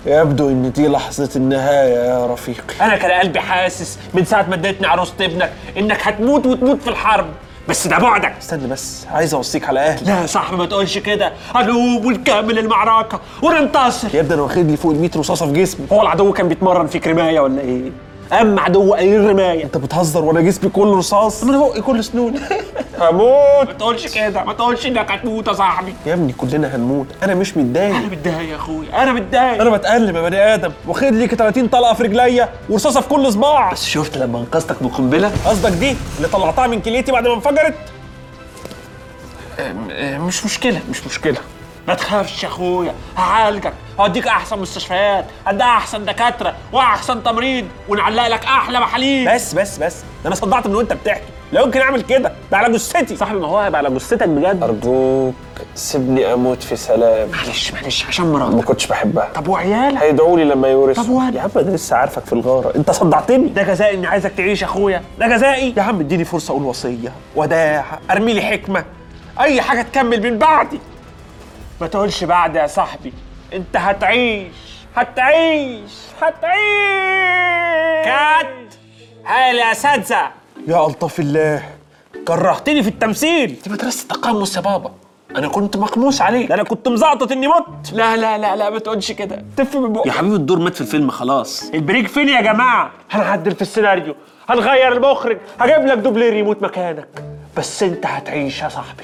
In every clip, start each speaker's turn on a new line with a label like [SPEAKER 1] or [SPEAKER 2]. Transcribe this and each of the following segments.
[SPEAKER 1] يبدو ان دي لحظة النهاية يا رفيقي.
[SPEAKER 2] انا كان قلبي حاسس من ساعة ما اديتني عروسة ابنك انك هتموت وتموت في الحرب، بس ده بعدك.
[SPEAKER 1] استنى بس، عايز اوصيك على اهلي.
[SPEAKER 2] لا يا صاحبي ما تقولش كده، هنقوم ونكمل المعركة وننتصر.
[SPEAKER 1] يا ابني انا واخد لي فوق ال100 رصاصة في جسمي.
[SPEAKER 2] هو العدو كان بيتمرن فيك رماية ولا ايه؟ اما عدو قليل رماية.
[SPEAKER 1] انت بتهزر وانا جسمي كله رصاص.
[SPEAKER 2] انا بقي كل سنون.
[SPEAKER 1] هموت.
[SPEAKER 2] ما تقولش كده، ما تقولش انك هتموت يا صاحبي.
[SPEAKER 1] يا ابني كلنا هنموت، انا مش متضايق.
[SPEAKER 2] انا متضايق يا اخويا، انا متضايق.
[SPEAKER 1] انا بتألم يا بني ادم، واخد لي 30 طلقة في رجليا ورصاصة في كل صباع.
[SPEAKER 2] بس شفت لما انقذتك من قنبلة؟
[SPEAKER 1] قصدك دي اللي طلعتها من كليتي بعد ما انفجرت؟
[SPEAKER 2] مش مشكلة، مش مشكلة. ما تخافش يا اخويا، هعالجك، هوديك احسن مستشفيات، هديك احسن دكاترة واحسن تمريض، ونعلق لك احلى محاليل.
[SPEAKER 1] بس ده انا صدعت من وانت بتحكي. لا يمكن اعمل كده، ده على جثتي.
[SPEAKER 2] صاحبي ما هو هيبقى على جثتك بجد.
[SPEAKER 1] ارجوك سيبني اموت في سلام.
[SPEAKER 2] معلش عشان
[SPEAKER 1] ما
[SPEAKER 2] مراتك.
[SPEAKER 1] كنتش بحبها.
[SPEAKER 2] طب وعيالك؟
[SPEAKER 1] هيدعوا لي لما يورثوا.
[SPEAKER 2] طب وانا؟
[SPEAKER 1] يا عم انا لسه عارفك في الغاره، انت صدعتني.
[SPEAKER 2] ده جزائي اني عايزك تعيش يا اخويا، ده جزائي.
[SPEAKER 1] يا عم اديني فرصه اقول وصيه، وداع، ارمي لي حكمه، اي حاجه تكمل من بعدي.
[SPEAKER 2] ما تقولش بعد يا صاحبي، انت هتعيش. كات هاي يا اساتذه.
[SPEAKER 1] يا الطف الله، كرهتني في التمثيل.
[SPEAKER 2] دي مدرسه التقمص يا بابا، انا كنت مقموص عليك.
[SPEAKER 1] ده انا كنت مزعطط اني مت.
[SPEAKER 2] لا ما تقولش كده، تف من بقى.
[SPEAKER 1] يا حبيبي الدور مات في الفيلم خلاص.
[SPEAKER 2] البريك فين يا جماعه؟ هنعدل في السيناريو، هنغير المخرج، هجيب لك دوبلير يموت مكانك، بس انت هتعيش يا صاحبي.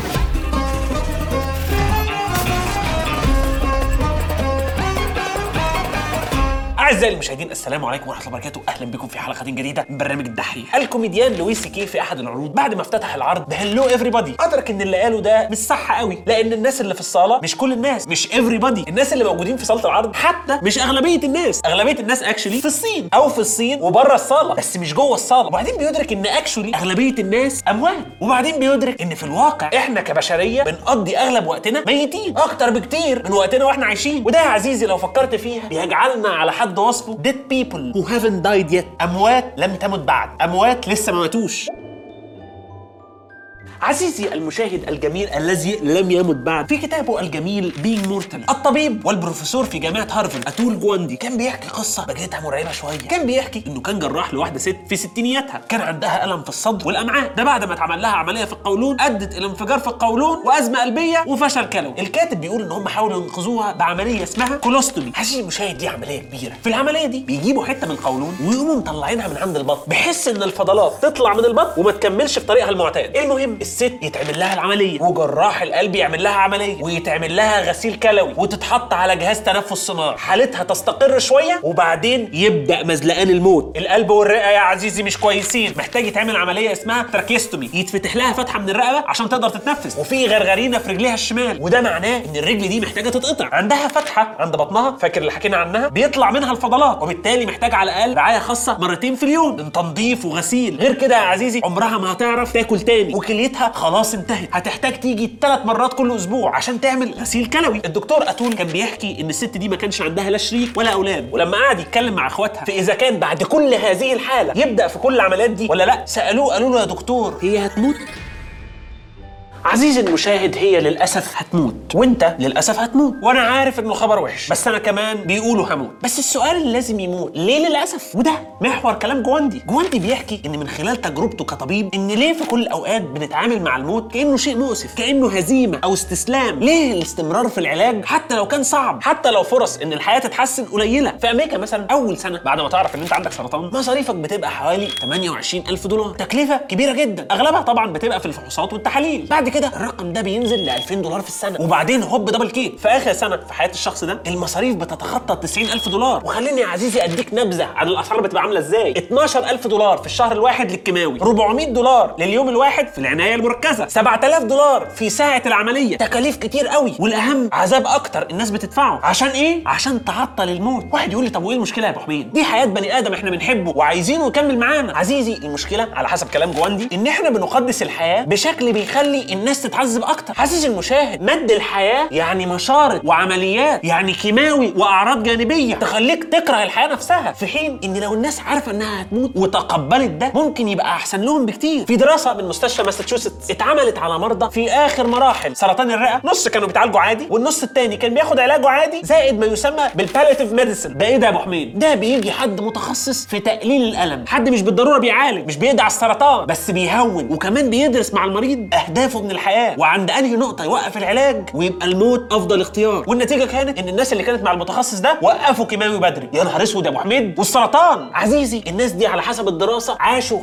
[SPEAKER 2] أعزائي المشاهدين، السلام عليكم ورحمة الله وبركاته، أهلا بكم في حلقة جديدة من برنامج الدحيح. الكوميديان لويس سي كي في أحد العروض بعد ما افتتح العرض بهلو إيفريبادي أدرك إن اللي قاله ده مش صح قوي، لأن الناس اللي في الصالة مش كل الناس، مش إيفريبادي، الناس اللي موجودين في صالة العرض حتى مش أغلبية الناس، أغلبية الناس أكشولي في الصين أو في الصين وبره الصالة، بس مش جوه الصالة. وبعدين بيدرك إن أكشولي أغلبية الناس أموات، وبعدين بيدرك إن في الواقع إحنا كبشرية بنقضي أغلب وقتنا ميتين أكتر بكتير من وقتنا وإحنا عايشين. وده يا عزيزي لو فكرت فيها بيجعلنا على حد وصفه dead people who haven't died yet، أموات لم تمت بعد، أموات لسه ما ماتوش. عزيزي المشاهد الجميل الذي لم يمت بعد، في كتابه الجميل بينج مورتال، الطبيب والبروفيسور في جامعة هارفارد أتول جواندي كان بيحكي قصة بجيتها مرعبة شوية. كان بيحكي إنه كان جراح لواحدة ست في ستينياتها، كان عندها ألم في الصدر والأمعاء، ده بعد ما اتعمل لها عملية في القولون أدت إلى انفجار في القولون وأزمة قلبية وفشل كلوي. الكاتب بيقول إن هم حاولوا ينقذوها بعملية اسمها كولوستومي. عزيزي المشاهد دي عملية كبيرة، في العملية دي بيجيبوا حتة من القولون ويقوموا مطلعينها من عند البطن بحيث إن الفضلات تطلع من البطن وما تكملش في طريقها المعتاد. المهم الست يتعمل لها العمليه، وجراح القلب يعمل لها عمليه، ويتعمل لها غسيل كلوي، وتتحط على جهاز تنفس صناعي، حالتها تستقر شويه، وبعدين يبدا مزلقان الموت. القلب والرئه يا عزيزي مش كويسين، محتاج يتعمل عمليه اسمها تراكيستومي، يتفتح لها فتحه من الرقبه عشان تقدر تتنفس، وفي غرغرينه في رجليها الشمال، وده معناه ان الرجل دي محتاجه تتقطع. عندها فتحه عند بطنها، فاكر اللي حكينا عنها، بيطلع منها الفضلات، وبالتالي محتاج على الاقل رعايه خاصه مرتين في اليوم من تنظيف وغسيل. غير كده يا عزيزي عمرها ما هتعرف تاكل تاني، وكليتها خلاص انتهت، هتحتاج تيجي 3 مرات كل اسبوع عشان تعمل غسيل كلوي. الدكتور اتول كان بيحكي ان الست دي ما كانش عندها لا شريك ولا اولاد، ولما قعد يتكلم مع اخواتها في اذا كان بعد كل هذه الحاله يبدا في كل العمليات دي ولا لا، سالوه قالوا له يا دكتور هي هتموت؟ عزيزي المشاهد هي للأسف هتموت، وانت للأسف هتموت، وانا عارف انه خبر وحش، بس انا كمان بيقولوا هموت. بس السؤال اللي لازم يموت ليه للأسف؟ وده محور كلام جواندي بيحكي ان من خلال تجربته كطبيب ان ليه في كل الاوقات بنتعامل مع الموت كأنه شيء مؤسف، كأنه هزيمة او استسلام. ليه الاستمرار في العلاج حتى لو كان صعب، حتى لو فرص ان الحياة تتحسن قليلة؟ في امريكا مثلا اول سنة بعد ما تعرف ان انت عندك سرطان مصاريفك بتبقى حوالي 28,000 دولار، تكلفة كبيرة جدا، اغلبها طبعا بتبقى في الفحوصات والتحاليل. بعد كده الرقم ده بينزل ل 2000 دولار في السنه، وبعدين هوب دبل كيك في اخر سنه في حياه الشخص ده المصاريف بتتخطى 90,000 دولار. وخليني يا عزيزي اديك نبذه عن الاسعار بتبقى عامله ازاي. 12,000 دولار في الشهر الواحد للكيماوي، 400 دولار لليوم الواحد في العنايه المركزه، 7,000 دولار في ساعه العمليه. تكاليف كتير قوي، والاهم عذاب اكتر الناس بتدفعه. عشان ايه؟ عشان تعطل الموت. واحد يقول لي طب وايه المشكله يا ابو حميد؟ دي حياه بني ادم احنا بنحبه وعايزينه يكمل معانا. عزيزي المشكله على حسب كلام جواندي ان احنا بنقدس الحياه بشكل بيخلي الناس تتعذب اكتر. عزيزي المشاهد، مد الحياه يعني مشارط وعمليات، يعني كيماوي واعراض جانبيه تخليك تكره الحياه نفسها، في حين ان لو الناس عارفه انها هتموت وتقبلت ده ممكن يبقى احسن لهم بكتير. في دراسه من مستشفى ماساتشوستس اتعملت على مرضى في اخر مراحل سرطان الرئه، نص كانوا بيتعالجوا عادي والنص الثاني كان بياخد علاجه عادي زائد ما يسمى بالبالياتيف ميديسن. ده ايه ده يا ابو حميد؟ ده بيجي حد متخصص في تقليل الالم، حد مش بالضروره بيعالج، مش بيقضي على السرطان، بس بيهون وكمان بيدرس مع المريض اهدافه من الحياه وعند انهي نقطه يوقف العلاج ويبقى الموت افضل اختيار. والنتيجه كانت ان الناس اللي كانت مع المتخصص ده وقفوا كيماوي بدري. يا نهار اسود يا ابو حميد. والسرطان عزيزي، الناس دي على حسب الدراسه عاشوا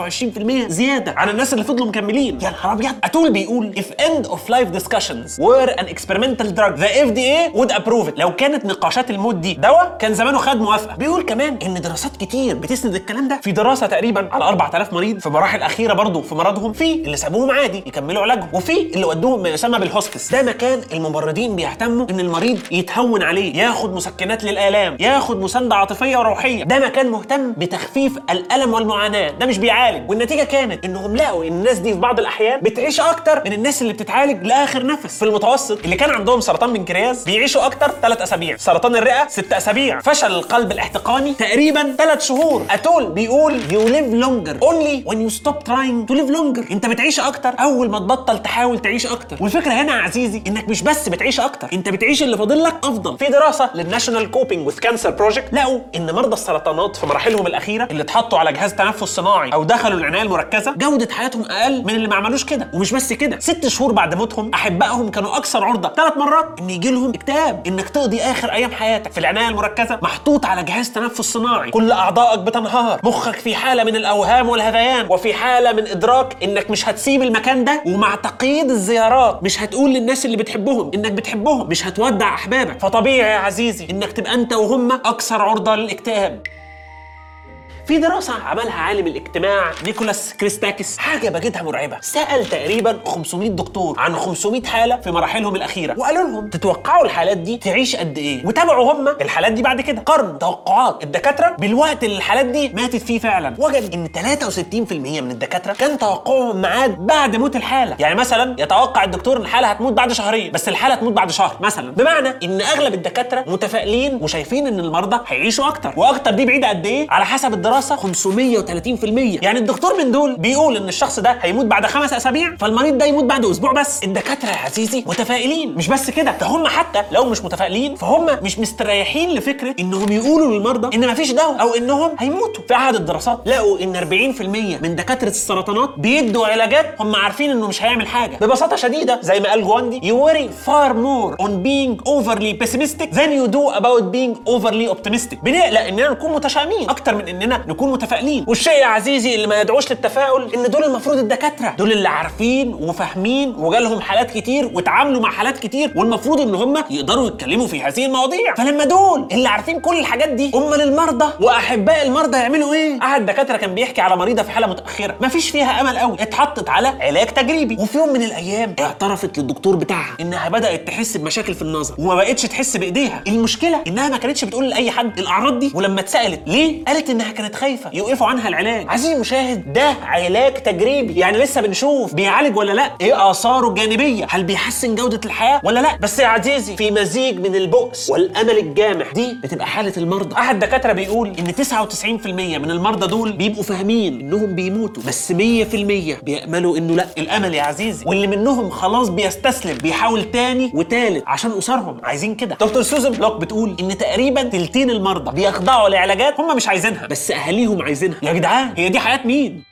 [SPEAKER 2] 25% زياده عن الناس اللي فضلوا مكملين. يا نهار ابيض. اتول بيقول if end of life discussions were an experimental drug the FDA would approve it. لو كانت نقاشات الموت دي دواء كان زمانه خد موافقه. بيقول كمان ان دراسات كتير بتسند الكلام ده. في دراسه تقريبا على 4000 مريض في مراحل اخيره برضه في مرضهم، في اللي سابوهم عادي يكملوا علاجهم وفي اللي ودوهم ما يسمى بالهوسبيس. ده مكان الممرضين بيهتموا ان المريض يتهون عليه، ياخد مسكنات للالام، ياخد مسانده عاطفيه وروحيه. ده مكان مهتم بتخفيف الالم والمعاناه، ده مش بيعالج. والنتيجه كانت انهم لقوا ان الناس دي في بعض الاحيان بتعيش اكتر من الناس اللي بتتعالج لاخر نفس. في المتوسط اللي كان عندهم سرطان بنكرياس بيعيشوا اكتر 3 اسابيع، سرطان الرئه 6 اسابيع، فشل القلب الاحتقاني تقريبا 3 شهور. اتول بيقول you live longer only when you stop trying to live longer. انت بتعيش اكتر اول ما تبطل تحاول تعيش اكتر. والفكره هنا يا عزيزي انك مش بس بتعيش اكتر، انت بتعيش اللي فاضل لك افضل. في دراسه للناشونال كوبينج وذ كانسر بروجكت لقوا ان مرضى السرطانات في مراحلهم الاخيره اللي اتحطوا على جهاز تنفس صناعي او دخلوا العنايه المركزه جوده حياتهم اقل من اللي ما عملوش كده. ومش بس كده، 6 شهور بعد موتهم احبائهم كانوا اكثر عرضه 3 مرات ان يجي لهم اكتئاب، انك تقضي اخر ايام حياتك في العنايه المركزه محطوط على جهاز تنفس صناعي، كل اعضائك بتنهار، مخك في حاله من الاوهام والهذيان وفي حاله من ادراك انك مش هتسيب المكان ده، ومع تقييد الزيارات مش هتقول للناس اللي بتحبهم انك بتحبهم، مش هتودع احبابك. فطبيعي يا عزيزي انك تبقى انت وهم اكثر عرضه للاكتئاب. في دراسة عملها عالم الاجتماع نيكولاس كريستاكس حاجة بجدها مرعبة. سأل تقريبا 500 دكتور عن 500 حالة في مراحلهم الأخيرة وقالوا لهم تتوقعوا الحالات دي تعيش قد إيه؟ وتابعوا هم الحالات دي بعد كده، قارنوا توقعات الدكاترة بالوقت اللي الحالات دي ماتت فيه فعلا. وجد إن 63% من الدكاترة كان توقعهم ميعاد بعد موت الحالة. يعني مثلا يتوقع الدكتور إن الحالة هتموت بعد شهرين بس الحالة تموت بعد شهر مثلا، بمعنى إن أغلب الدكاترة متفائلين وشايفين إن المرضى هيعيشوا أكتر. وأكتر دي بعيدة قد إيه؟ على حسب الدراسة 530%. يعني الدكتور من دول بيقول ان الشخص ده هيموت بعد 5 اسابيع فالمريض ده يموت بعد اسبوع بس. الدكاتره يا عزيزي متفائلين. مش بس كده، ده هم حتى لو مش متفائلين فهم مش مستريحين لفكره انهم يقولوا للمرضى ان مفيش دواء او انهم هيموتوا. في احد الدراسات لقوا ان 40% من دكاتره السرطانات بيدوا علاجات هم عارفين انه مش هيعمل حاجه. ببساطه شديده زي ما قال جواندي you worry far more on being overly pessimistic than you do about being overly optimistic. بنقلق اننا نكون متشائمين اكتر من اننا نكون متفائلين. والشيء يا عزيزي اللي ما يدعوش للتفاؤل ان دول المفروض الدكاتره، دول اللي عارفين وفاهمين وجالهم حالات كتير واتعاملوا مع حالات كتير والمفروض ان هم يقدروا يتكلموا في هذه المواضيع. فلما دول اللي عارفين كل الحاجات دي، امال المرضى واحباء المرضى يعملوا ايه؟ احد الدكاتره كان بيحكي على مريضه في حاله متاخره ما فيش فيها امل قوي، اتحطت على علاج تجريبي، وفي يوم من الايام اعترفت للدكتور بتاعها انها بدات تحس بمشاكل في النظر وما بقتش تحس بايديها. المشكله انها ما كانتش بتقول لاي حد الاعراض دي، ولما اتسالت ليه قالت انها كانت خايفه يوقفوا عنها العلاج. عزيزي المشاهد، ده علاج تجريبي، يعني لسه بنشوف بيعالج ولا لا، ايه اثاره الجانبيه، هل بيحسن جوده الحياه ولا لا. بس يا عزيزي في مزيج من البؤس والامل الجامح، دي بتبقى حاله المرضى. احد الدكاتره بيقول ان 99% من المرضى دول بيبقوا فاهمين انهم بيموتوا، بس 100% بيأملوا انه لا. الامل يا عزيزي، واللي منهم خلاص بيستسلم بيحاول تاني وتالت عشان اسرهم عايزين كده. دكتور سوزان بلوك بتقول ان تقريبا تلتين المرضى بيخضعوا لعلاجات هم مش عايزينها بس اهاليهم عايزينها. يا جدعان هي دي حياه مين؟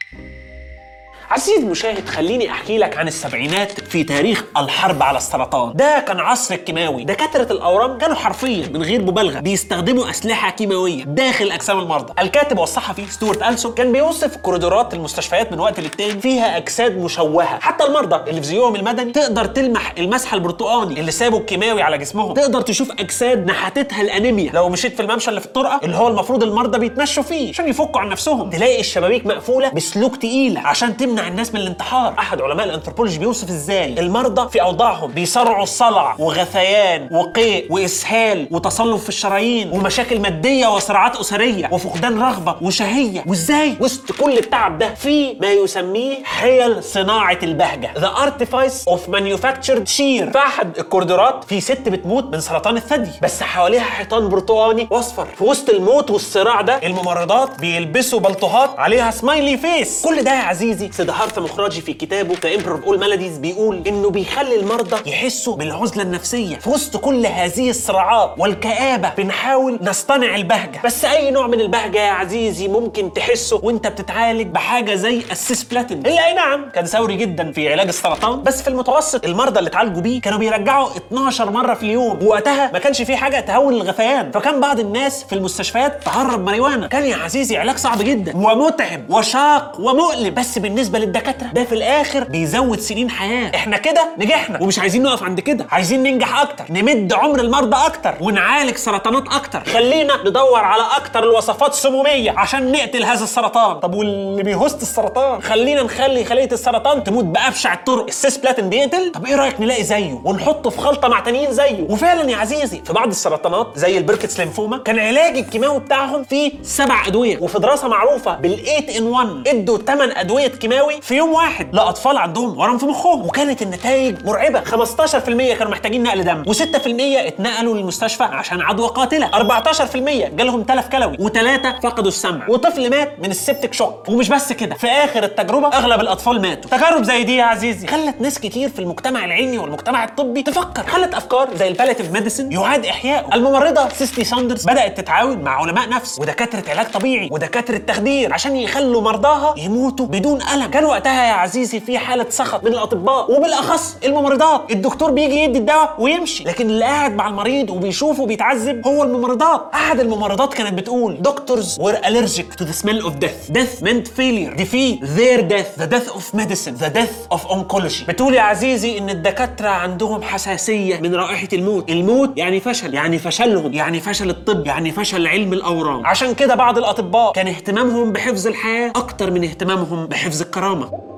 [SPEAKER 2] عزيزي المشاهد، خليني احكي لك عن السبعينات في تاريخ الحرب على السرطان. ده كان عصر الكيماوي، دكاتره الاورام كانوا حرفيا من غير مبالغه بيستخدموا اسلحه كيماويه داخل اجسام المرضى. الكاتب والصحفي ستوارت ألسون كان بيوصف كوريدورات المستشفيات من وقت للتاني فيها اجساد مشوهه، حتى المرضى اللي في زيهم المدني تقدر تلمح المسحه البرتقاني اللي سابوا الكيماوي على جسمهم، تقدر تشوف اجساد نحتتها الانيميا لو مشيت في الممشى اللي في الطرقه اللي هو المفروض المرضى بيتمشوا فيه عشان يفكوا عن نفسهم، تلاقي الشبابيك مقفوله بسلوك تقيله عشان تمنع بتمنع الناس من الانتحار. احد علماء الانثروبولوجي بيوصف ازاي المرضى في اوضاعهم بيصارعوا صلع وغثيان وقيء واسهال وتصلب في الشرايين ومشاكل ماديه وصراعات اسريه وفقدان رغبه وشهيه، وازاي وسط كل التعب ده في ما يسميه حيل صناعه البهجه، the artifice of manufactured cheer. في احد الكوردورات في ست بتموت من سرطان الثدي بس حواليها حيطان برتقاني واصفر. في وسط الموت والصراع ده الممرضات بيلبسوا بلطوهات عليها سمايلي فيس. كل ده يا عزيزي سيدهارثا مخرجي في كتابه The Emperor of All Maladies بيقول انه بيخلي المرضى يحسوا بالعزله النفسيه. في وسط كل هذه الصراعات والكآبه بنحاول نصطنع البهجه، بس اي نوع من البهجه يا عزيزي ممكن تحسه وانت بتتعالج بحاجه زي السيسبلاتين، اللي اي نعم كان ثوري جدا في علاج السرطان، بس في المتوسط المرضى اللي اتعالجوا بيه كانوا بيرجعوا 12 مره في اليوم، ووقتها ما كانش في حاجه تهون الغثيان، فكان بعض الناس في المستشفيات تعرض ماريوانا. كان يا عزيزي علاج صعب جدا ومتعب وشاق ومؤلم، بس بالنسبه للدكاتره ده في الاخر بيزود سنين حياه. احنا كده نجحنا ومش عايزين نقف عند كده، عايزين ننجح اكتر، نمد عمر المرضى اكتر ونعالج سرطانات اكتر. خلينا ندور على اكتر الوصفات السموميه عشان نقتل هذا السرطان. طب واللي بيهست السرطان خلينا نخلي خليه السرطان تموت بابشع الطرق. السيسبلاتين بيقتل، طب ايه رايك نلاقي زيه ونحطه في خلطه مع تانيين زيه؟ وفعلا يا عزيزي في بعض السرطانات زي البركتس ليمفوما كان علاج الكيماوي بتاعهم فيه 7 ادويه، وفي دراسه معروفه بال8 in 1 ادوا 8 ادويه كيماوي في يوم واحد لاطفال عندهم ورم في مخهم، وكانت النتائج مرعبه. 15% كانوا محتاجين نقل دم، و6% اتنقلوا للمستشفى عشان عدوى قاتله، 14% جالهم تلف كلوي، و3 فقدوا السمع، وطفل مات من السبتك شوك. ومش بس كده، في اخر التجربه اغلب الاطفال ماتوا. تجارب زي دي يا عزيزي خلت ناس كتير في المجتمع العلمي والمجتمع الطبي تفكر، خلت افكار زي البالياتيف ميديسن يعاد احيائه. الممرضه سيسلي ساندرز بدات تتعاون مع علماء نفس ودكاتره علاج طبيعي ودكاتره تخدير عشان يخلوا مرضاها يموتوا بدون الم. كان وقتها يا عزيزي في حاله سخط من الاطباء وبالاخص الممرضات. الدكتور بيجي يدي الدواء ويمشي، لكن اللي قاعد مع المريض وبيشوفه بيتعذب هو الممرضات. احد الممرضات كانت بتقول doctors were allergic to the smell of death. Death meant failure. defeat their death. the death of medicine. the death of oncology. بتقول يا عزيزي ان الدكاتره عندهم حساسيه من رائحه الموت. الموت يعني فشل، يعني فشلهم، يعني فشل الطب، يعني فشل علم الاورام. عشان كده بعض الاطباء كان اهتمامهم بحفظ الحياه اكتر من اهتمامهم بحفظ الكرامه.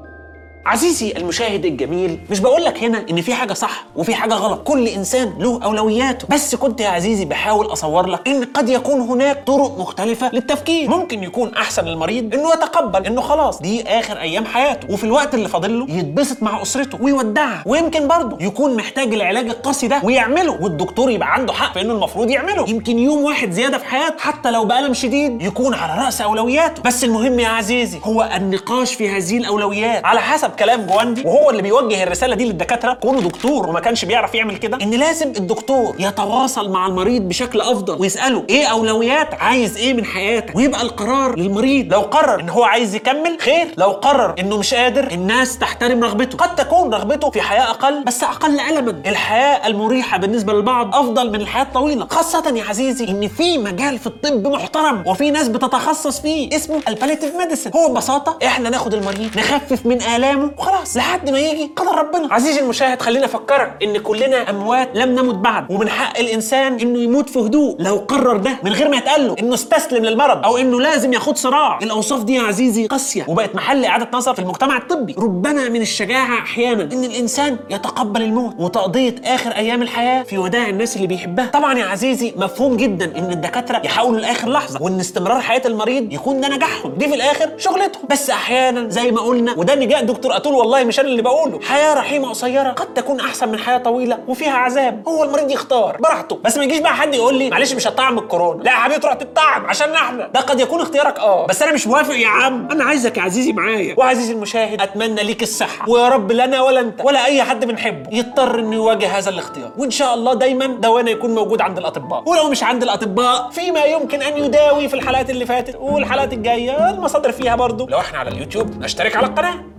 [SPEAKER 2] عزيزي المشاهد الجميل، مش بقولك هنا ان في حاجه صح وفي حاجه غلط، كل انسان له اولوياته، بس كنت يا عزيزي بحاول اصور لك ان قد يكون هناك طرق مختلفه للتفكير. ممكن يكون احسن للمريض انه يتقبل انه خلاص دي اخر ايام حياته، وفي الوقت اللي فاضل له يتبسط مع اسرته ويودعها، ويمكن برضه يكون محتاج العلاج القاسي ده ويعمله، والدكتور يبقى عنده حق في انه المفروض يعمله. يمكن يوم واحد زياده في حياته حتى لو بألم شديد يكون على راس اولوياته. بس المهم يا عزيزي هو النقاش في هذه الاولويات على حسب كلام جواندي، وهو اللي بيوجه الرساله دي للدكاتره، كونه دكتور وما كانش بيعرف يعمل كده، ان لازم الدكتور يتواصل مع المريض بشكل افضل ويساله ايه اولوياتك، عايز ايه من حياتك، ويبقى القرار للمريض. لو قرر ان هو عايز يكمل خير، لو قرر انه مش قادر الناس تحترم رغبته. قد تكون رغبته في حياه اقل بس اقل الما. الحياه المريحه بالنسبه للبعض افضل من الحياه الطويله، خاصه يا عزيزي ان في مجال في الطب محترم وفي ناس بتتخصص فيه اسمه البالياتيف ميديسن. هو ببساطه احنا ناخد المريض نخفف من الامه وخلاص لحد ما يجي قدر ربنا. عزيزي المشاهد خلينا افكرك ان كلنا اموات لم نمت بعد، ومن حق الانسان انه يموت في هدوء لو قرر ده من غير ما يتقال له انه استسلم للمرض او انه لازم ياخد صراع. الاوصاف دي يا عزيزي قاسيه وبقت محل اعاده نظر في المجتمع الطبي. ربما من الشجاعه احيانا ان الانسان يتقبل الموت وتقضيه اخر ايام الحياه في وداع الناس اللي بيحبها. طبعا يا عزيزي مفهوم جدا ان الدكاتره يحاولوا لاخر لحظه وان استمرار حياه المريض يكون ده نجاحهم، دي في الاخر شغلتهم. بس احيانا زي ما قلنا، وده نجاح دكتور اتول والله مش انا اللي بقوله، حياه رحيمه قصيره قد تكون احسن من حياه طويله وفيها عذاب. هو المريض يختار براحته، بس ما يجيش بقى حد يقول لي معلش مش هتطعم الكورونا. لا يا حبيبي تروح تطعم عشان احنا، ده قد يكون اختيارك بس انا مش موافق يا عم. انا عايزك يا عزيزي معايا. وعزيزي المشاهد اتمنى ليك الصحه، ويا رب لنا ولا انت ولا اي حد بنحبه يضطر انه يواجه هذا الاختيار، وان شاء الله دايما دوانا يكون موجود عند الاطباء، ولو مش عند الاطباء فيما يمكن ان يداوي في الحلقات اللي فاتت والحلقات الجايه المصادر فيها برضو. لو احنا على اليوتيوب اشترك على القناه.